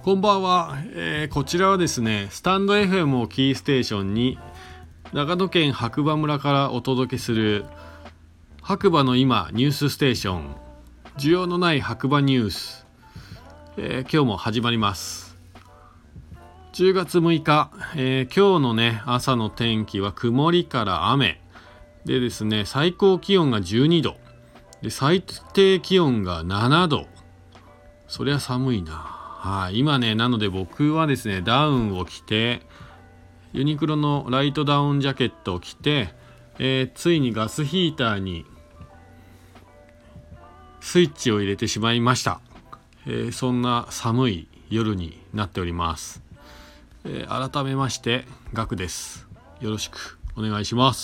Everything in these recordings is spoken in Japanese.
こんばんは、こちらはですねスタンド FM をキーステーションに長野県白馬村からお届けする白馬の今ニュースステーション、需要のない白馬ニュース、今日も始まります。10月6日、今日のね朝の天気は曇りから雨でですね、最高気温が12度で最低気温が7度。そりゃ寒いな。今ね、なので僕はですねダウンを着て、ユニクロのライトダウンジャケットを着て、ついにガスヒーターにスイッチを入れてしまいました。そんな寒い夜になっております。改めましてガクです。よろしくお願いします。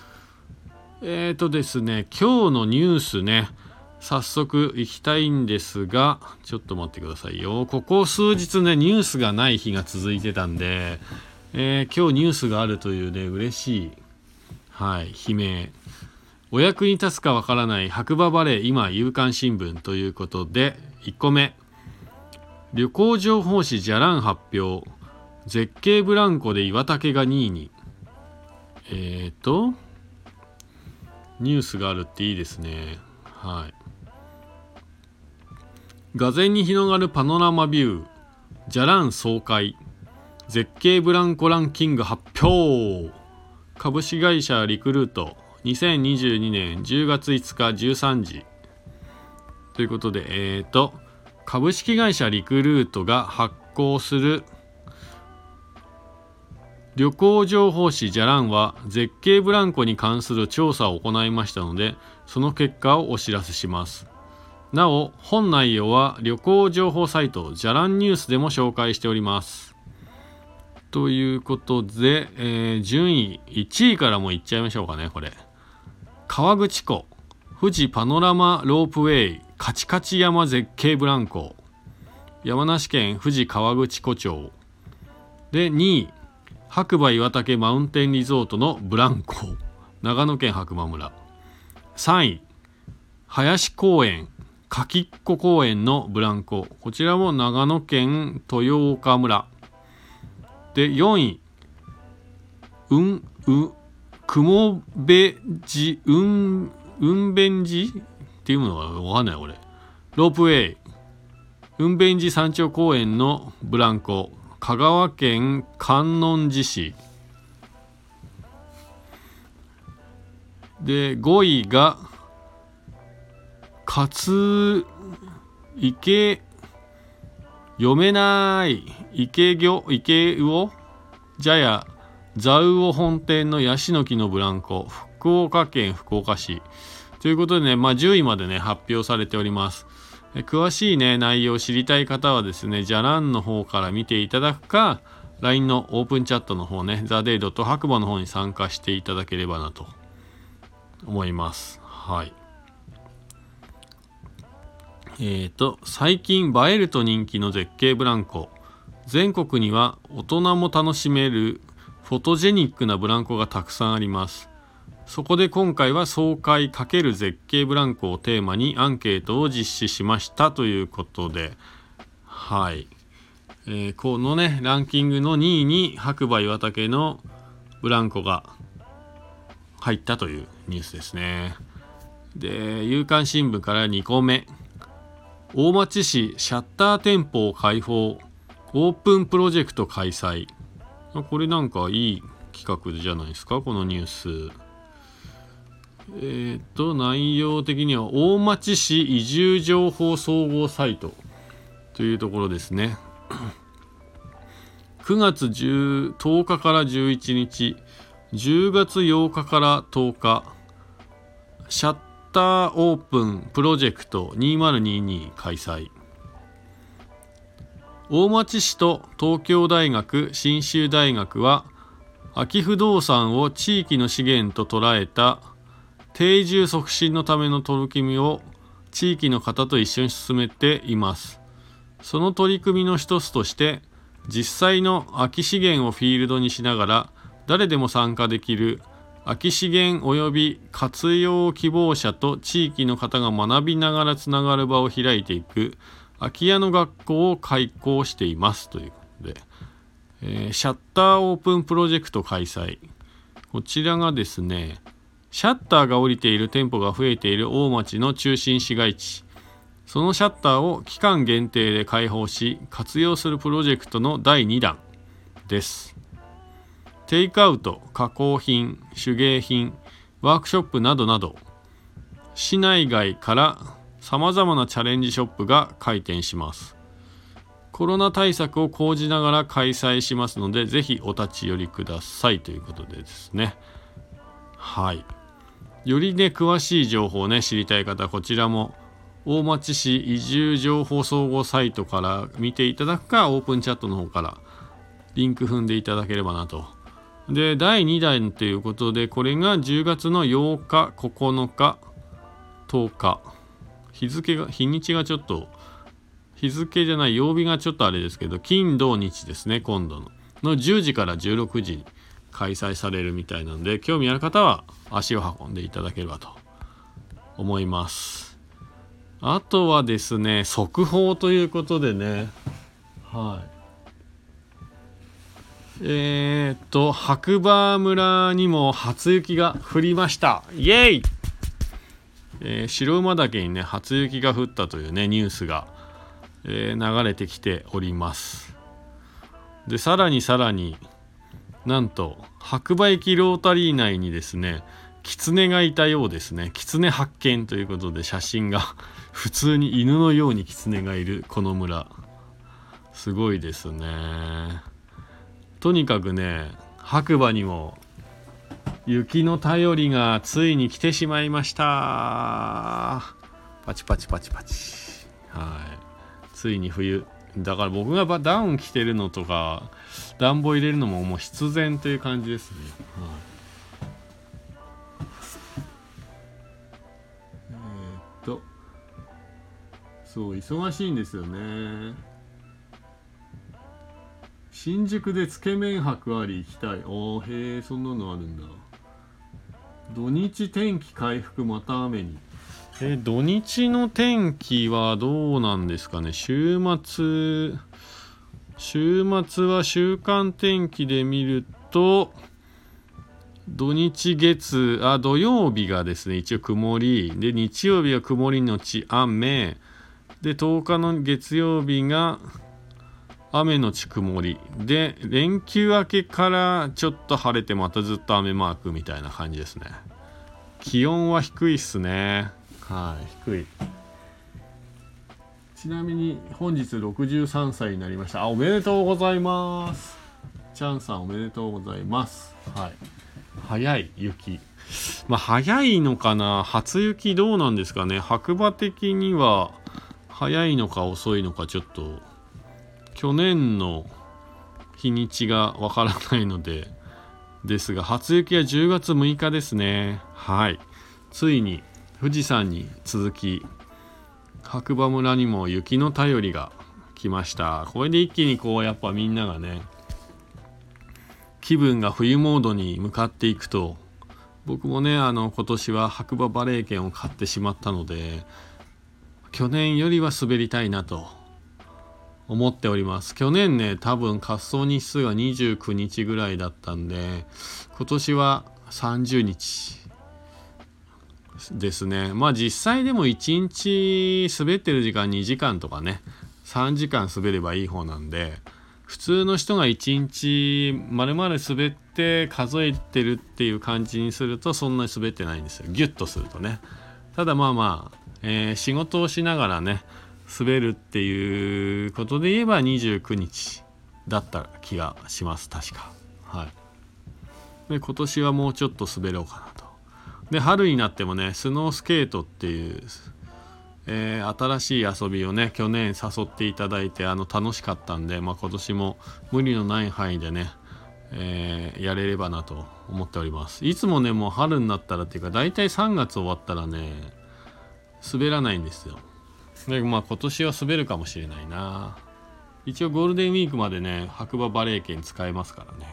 ですね、今日のニュースね、早速行きたいんですが、ちょっと待ってくださいよ。ここ数日ねニュースがない日が続いてたんで、今日ニュースがあるというね嬉しい、悲鳴。お役に立つかわからない白馬バレー今夕刊新聞ということで、1個目、旅行情報誌じゃらん発表、絶景ブランコで岩岳が2位に。ニュースがあるっていいですね。がぜに広がるパノラマビュー、じゃらん総会、絶景ブランコランキング発表。株式会社リクルート2022年10月5日13時ということで、株式会社リクルートが発行する旅行情報誌じゃらんは絶景ブランコに関する調査を行いましたので、その結果をお知らせします。なお、本内容は旅行情報サイトじゃらんニュースでも紹介しております。ということで、順位1位からもいっちゃいましょうかね。これ河口湖富士パノラマロープウェイカチカチ山絶景ブランコ、山梨県富士河口湖町で。2位、白馬岩岳マウンテンリゾートのブランコ、長野県白馬村。3位、林公園柿っ子公園のブランコ、こちらも長野県豊岡村で。4位、雲べじ雲弁寺っていうのがわかんない俺。ロープウェイ雲弁寺山頂公園のブランコ、香川県観音寺市で。5位が池読めない池魚茶屋ザウオ本店のヤシの木のブランコ、福岡県福岡市ということでね、10位までね発表されております。詳しいね内容を知りたい方はですね、じゃらんの方から見ていただくか、 LINE のオープンチャットの方ね、TheDay. 白馬の方に参加していただければなと思います。最近映えると人気の絶景ブランコ、全国には大人も楽しめるフォトジェニックなブランコがたくさんあります。そこで今回は爽快×絶景ブランコをテーマにアンケートを実施しましたということで、このねランキングの2位に白馬岩岳のブランコが入ったというニュースですね。で、夕刊新聞から2個目、大町市シャッター店舗を開放、オープンプロジェクト開催。これなんかいい企画じゃないですか、このニュース。内容的には大町市移住情報総合サイトというところですね。9月10日から11日、10月8日から10日、シャッターオープンプロジェクト2022開催。大町市と東京大学信州大学は空き不動産を地域の資源と捉えた定住促進のための取り組みを地域の方と一緒に進めています。その取り組みの一つとして、実際の空き資源をフィールドにしながら誰でも参加できる空き資源及び活用希望者と地域の方が学びながらつながる場を開いていく空き家の学校を開校していますということで、シャッターオープンプロジェクト開催。こちらがですね、シャッターが降りている店舗が増えている大町の中心市街地、そのシャッターを期間限定で開放し活用するプロジェクトの第2弾です。テイクアウト、加工品、手芸品、ワークショップなどなど、市内外からさまざまなチャレンジショップが開店します。コロナ対策を講じながら開催しますので、ぜひお立ち寄りくださいということでですね。はい。よりね、詳しい情報をね、知りたい方、こちらも大町市移住情報総合サイトから見ていただくか、オープンチャットの方からリンク踏んでいただければなと。で、第2弾ということで、これが10月の8日、9日、10日。日にちがちょっと、日付じゃない曜日がちょっとあれですけど、金土日ですね、今度の10時から16時に開催されるみたいなので、興味ある方は足を運んでいただければと思います。あとはですね、速報ということでね、はい。白馬村にも初雪が降りました。イエイ、白馬岳にね、初雪が降ったというね、ニュースが、流れてきております。で、さらになんと白馬駅ロータリー内にですね、キツネがいたようですね。キツネ発見ということで、写真が普通に犬のようにキツネがいるこの村、すごいですね。とにかくね、白馬にも雪の便りがついに来てしまいました。パチパチパチパチ。はい。ついに冬。だから僕がダウン着てるのとか暖房入れるのももう必然という感じですね。はい、そう忙しいんですよね。新宿でつけ麺博あり行きたい。へえ、そんなのあるんだ。土日天気回復また雨に。土日の天気はどうなんですかね。週末は週間天気で見ると、土曜日がですね、一応曇りで、日曜日は曇りのち雨で、10日の月曜日が雨のち曇りで、連休明けからちょっと晴れてまたずっと雨マークみたいな感じですね。気温は低いっすね。はい、低い。ちなみに本日63歳になりました。おめでとうございます。チャンさんおめでとうございます。はい。早い雪。早いのかな。初雪どうなんですかね。白馬的には早いのか遅いのか、ちょっと去年の日にちがわからないのですが、初雪は10月6日ですね。はい。ついに富士山に続き白馬村にも雪の便りが来ました。これで一気にやっぱみんながね、気分が冬モードに向かっていくと、僕もね、今年は白馬バレー券を買ってしまったので、去年よりは滑りたいなと思っております。去年ね、多分滑走日数が29日ぐらいだったんで、今年は30日ですね。実際でも1日滑ってる時間2時間とかね、3時間滑ればいい方なんで、普通の人が1日丸々滑って数えてるっていう感じにすると、そんなに滑ってないんですよ。ギュッとするとね。ただ仕事をしながらね、滑るっていうことで言えば29日だった気がします、確か。はい。で、今年はもうちょっと滑ろうかなと。で、春になってもね、スノースケートっていう、新しい遊びをね、去年誘っていただいて楽しかったんで、今年も無理のない範囲でね、やれればなと思っております。いつもね、もう春になったらっていうか、だいたい3月終わったらね、滑らないんですよ。で、今年は滑るかもしれないな。一応ゴールデンウィークまでね、白馬バレー券使えますからね。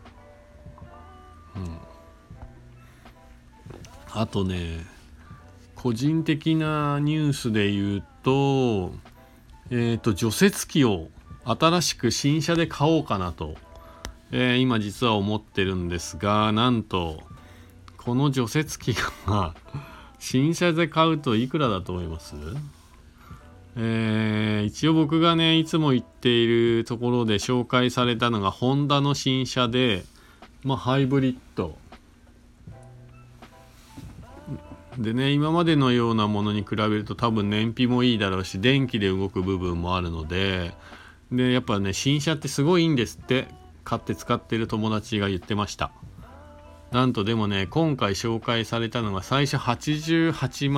あとね、個人的なニュースで言うと、 除雪機を新しく新車で買おうかなと、今実は思ってるんですが、なんとこの除雪機が新車で買うといくらだと思います？一応僕がねいつも行っているところで紹介されたのがホンダの新車で、ハイブリッドでね、今までのようなものに比べると多分燃費もいいだろうし、電気で動く部分もあるので、やっぱね新車ってすごいいいんですって、買って使ってる友達が言ってました。なんとでもね、今回紹介されたのが最初88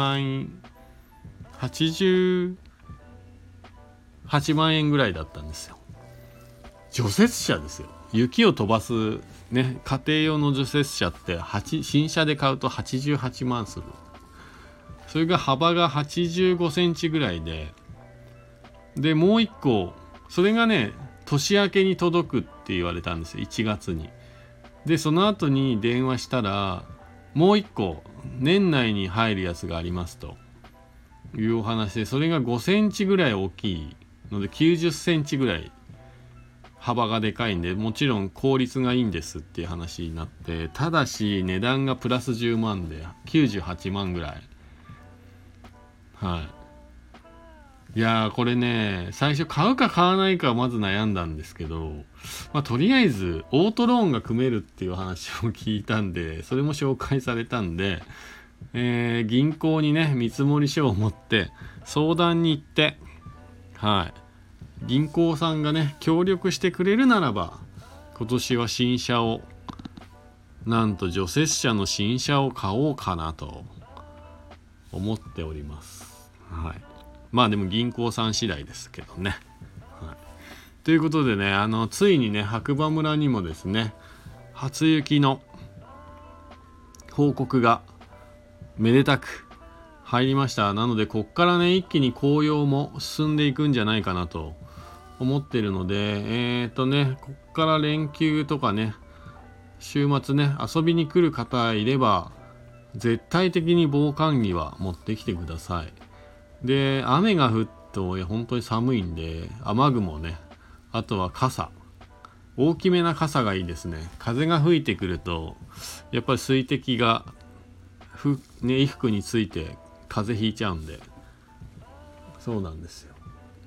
万円ぐらいだったんですよ。除雪車ですよ。雪を飛ばすね、家庭用の除雪車って新車で買うと88万する。それが幅が85センチぐらいでもう一個それがね年明けに届くって言われたんですよ、1月に。でその後に電話したら、もう一個年内に入るやつがありますというお話で、それが5センチぐらい大きいので90センチぐらい幅がでかいんで、もちろん効率がいいんですっていう話になって、ただし値段がプラス10万で98万ぐらい。いやーこれね、最初買うか買わないかまず悩んだんですけど、とりあえずオートローンが組めるっていう話を聞いたんで、それも紹介されたんで、銀行にね見積書を持って相談に行って、銀行さんがね協力してくれるならば、今年は新車を、なんと除雪車の新車を買おうかなと思っております。でも銀行さん次第ですけどね。ということでね、ついにね白馬村にもですね初雪の報告がめでたく入りました。なのでこっからね一気に紅葉も進んでいくんじゃないかなと思ってるので、こっから連休とかね週末ね遊びに来る方いれば、絶対的に防寒着は持ってきてください。で雨が降ると本当に寒いんで、雨具もね、あとは傘、大きめな傘がいいですね。風が吹いてくるとやっぱり水滴が衣服について風邪ひいちゃうんで。そうなんですよ。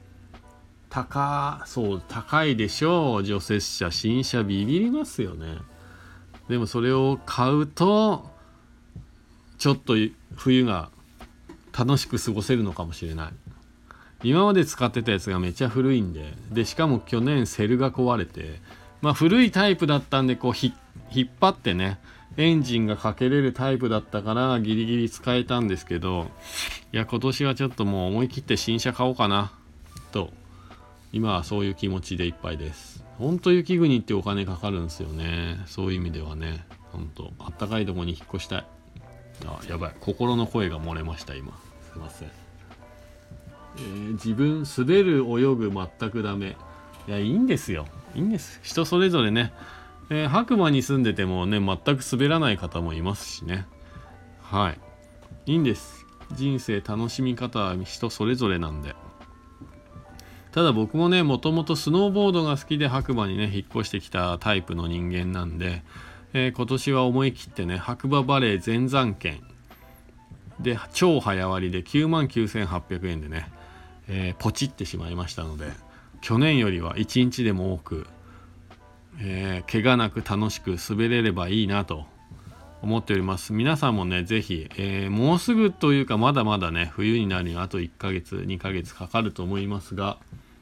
高いでしょう。除雪車新車ビビりますよね。でもそれを買うとちょっと冬が楽しく過ごせるのかもしれない。今まで使ってたやつがめっちゃ古いんで、しかも去年セルが壊れて、古いタイプだったんで引っ張ってねエンジンがかけれるタイプだったからギリギリ使えたんですけど、今年はちょっともう思い切って新車買おうかなと、今はそういう気持ちでいっぱいです。本当雪国ってお金かかるんですよね。そういう意味ではね、本当あったかいところに引っ越したい。やばい、心の声が漏れました今。すいません。自分滑る泳ぐ全くダメ。いやいいんですよ、いいんです。人それぞれね、白馬に住んでてもね全く滑らない方もいますしね。いいんです。人生楽しみ方は人それぞれなんで。ただ僕もねもともとスノーボードが好きで白馬にね引っ越してきたタイプの人間なんで、今年は思い切ってね白馬バレー全山券で超早割で99,800円でね、ポチってしまいましたので、去年よりは1日でも多く、怪我なく楽しく滑れればいいなと思っております。皆さんもねぜひ、もうすぐというかまだまだね冬になるにはあと1ヶ月2ヶ月かかると思いますが、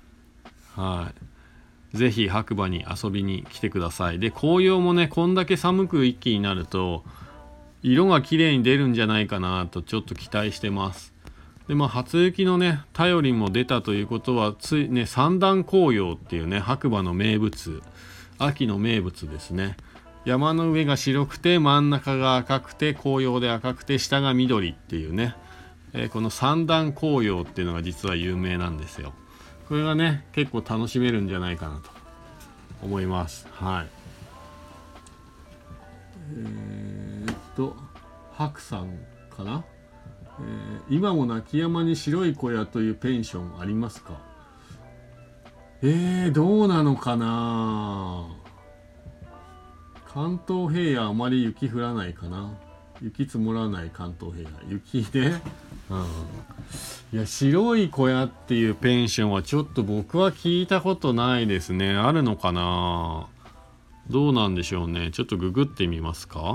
ぜひ白馬に遊びに来てください。で紅葉もねこんだけ寒く一気になると色が綺麗に出るんじゃないかなとちょっと期待してます。で初雪のね便りも出たということは、ついね三段紅葉っていうね白馬の名物、秋の名物ですね。山の上が白くて真ん中が赤くて紅葉で赤くて下が緑っていうね、この三段紅葉っていうのが実は有名なんですよ。これがね結構楽しめるんじゃないかなと思います。白さんかな、今も泣山に白い小屋というペンションありますか？ どうなのかな。関東平野あまり雪降らないかな。雪積もらない関東平野。雪で、いや、白い小屋っていうペンションはちょっと僕は聞いたことないですね。あるのかな。どうなんでしょうね。ちょっとググってみますか。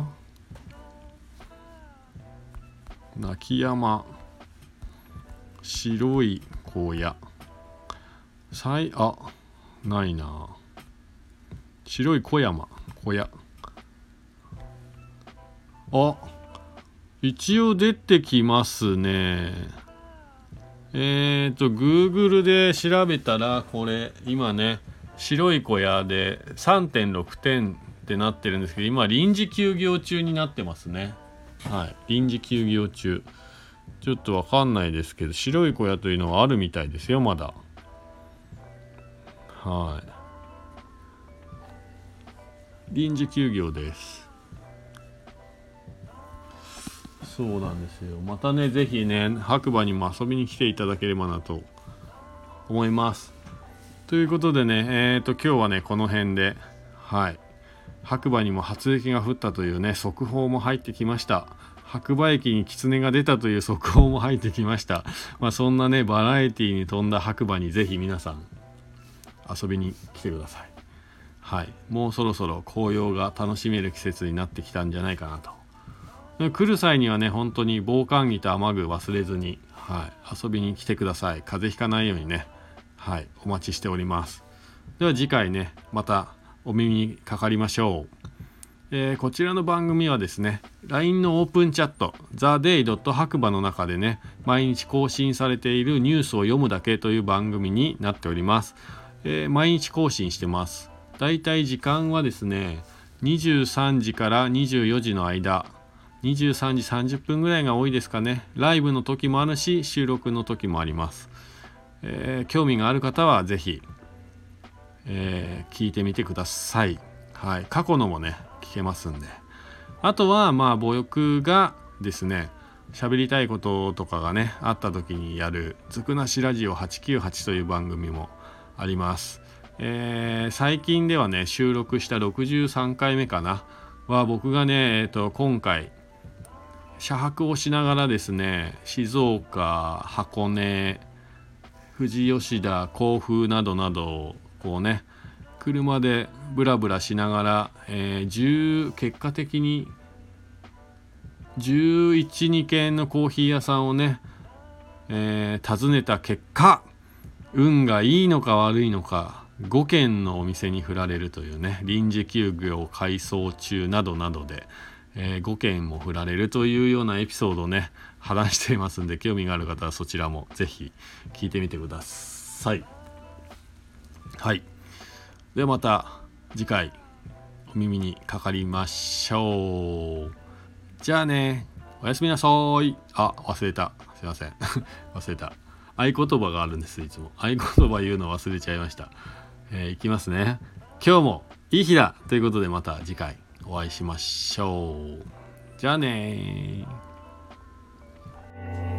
泣山白い小屋。ないな。白い小屋。一応出てきますね。Google で調べたら、これ今ね、白い小屋で 3.6 点ってなってるんですけど、今臨時休業中になってますね。はい、臨時休業中。ちょっとわかんないですけど、白い小屋というのはあるみたいですよ、まだ。はい。臨時休業です。そうなんですよ。またね、ぜひね、白馬にも遊びに来ていただければなと思います。ということでね、今日はね、この辺で、はい。白馬にも初雪が降ったというね、速報も入ってきました。白馬駅に狐が出たという速報も入ってきました。そんなね、バラエティに富んだ白馬にぜひ皆さん遊びに来てください。はい。もうそろそろ紅葉が楽しめる季節になってきたんじゃないかなと。来る際にはね、本当に防寒着と雨具忘れずに、はい、遊びに来てください。風邪ひかないようにね、はい、お待ちしております。では次回ね、またお耳にかかりましょう。こちらの番組はですね、LINE のオープンチャット TheDay. 白馬の中でね、毎日更新されているニュースを読むだけという番組になっております。毎日更新してます。だいたい時間はですね、23時から24時の間、23時30分ぐらいが多いですかね。ライブの時もあるし、収録の時もあります。興味がある方はぜひ、聞いてみてください。はい、過去のもね聞けますんで。あとは僕がですね、喋りたいこととかがねあった時にやるずくなしラジオ898という番組もあります。最近ではね、収録した63回目かなは僕がね、今回車泊をしながらですね、静岡、箱根、富士吉田、甲府などなどをこうね、車でブラブラしながら、結果的に11、2軒のコーヒー屋さんをね、訪ねた結果、運がいいのか悪いのか5軒のお店に振られるというね、臨時休業改装中などなどで、5件も振られるというようなエピソードをね話していますんで、興味がある方はそちらもぜひ聞いてみてください。はい。ではまた次回お耳にかかりましょう。じゃあね、おやすみなさい。忘れた。すいません忘れた。合言葉があるんです。いつも合言葉言うの忘れちゃいました。いきますね。今日もいい日だということで、また次回お会いしましょう。じゃあねー。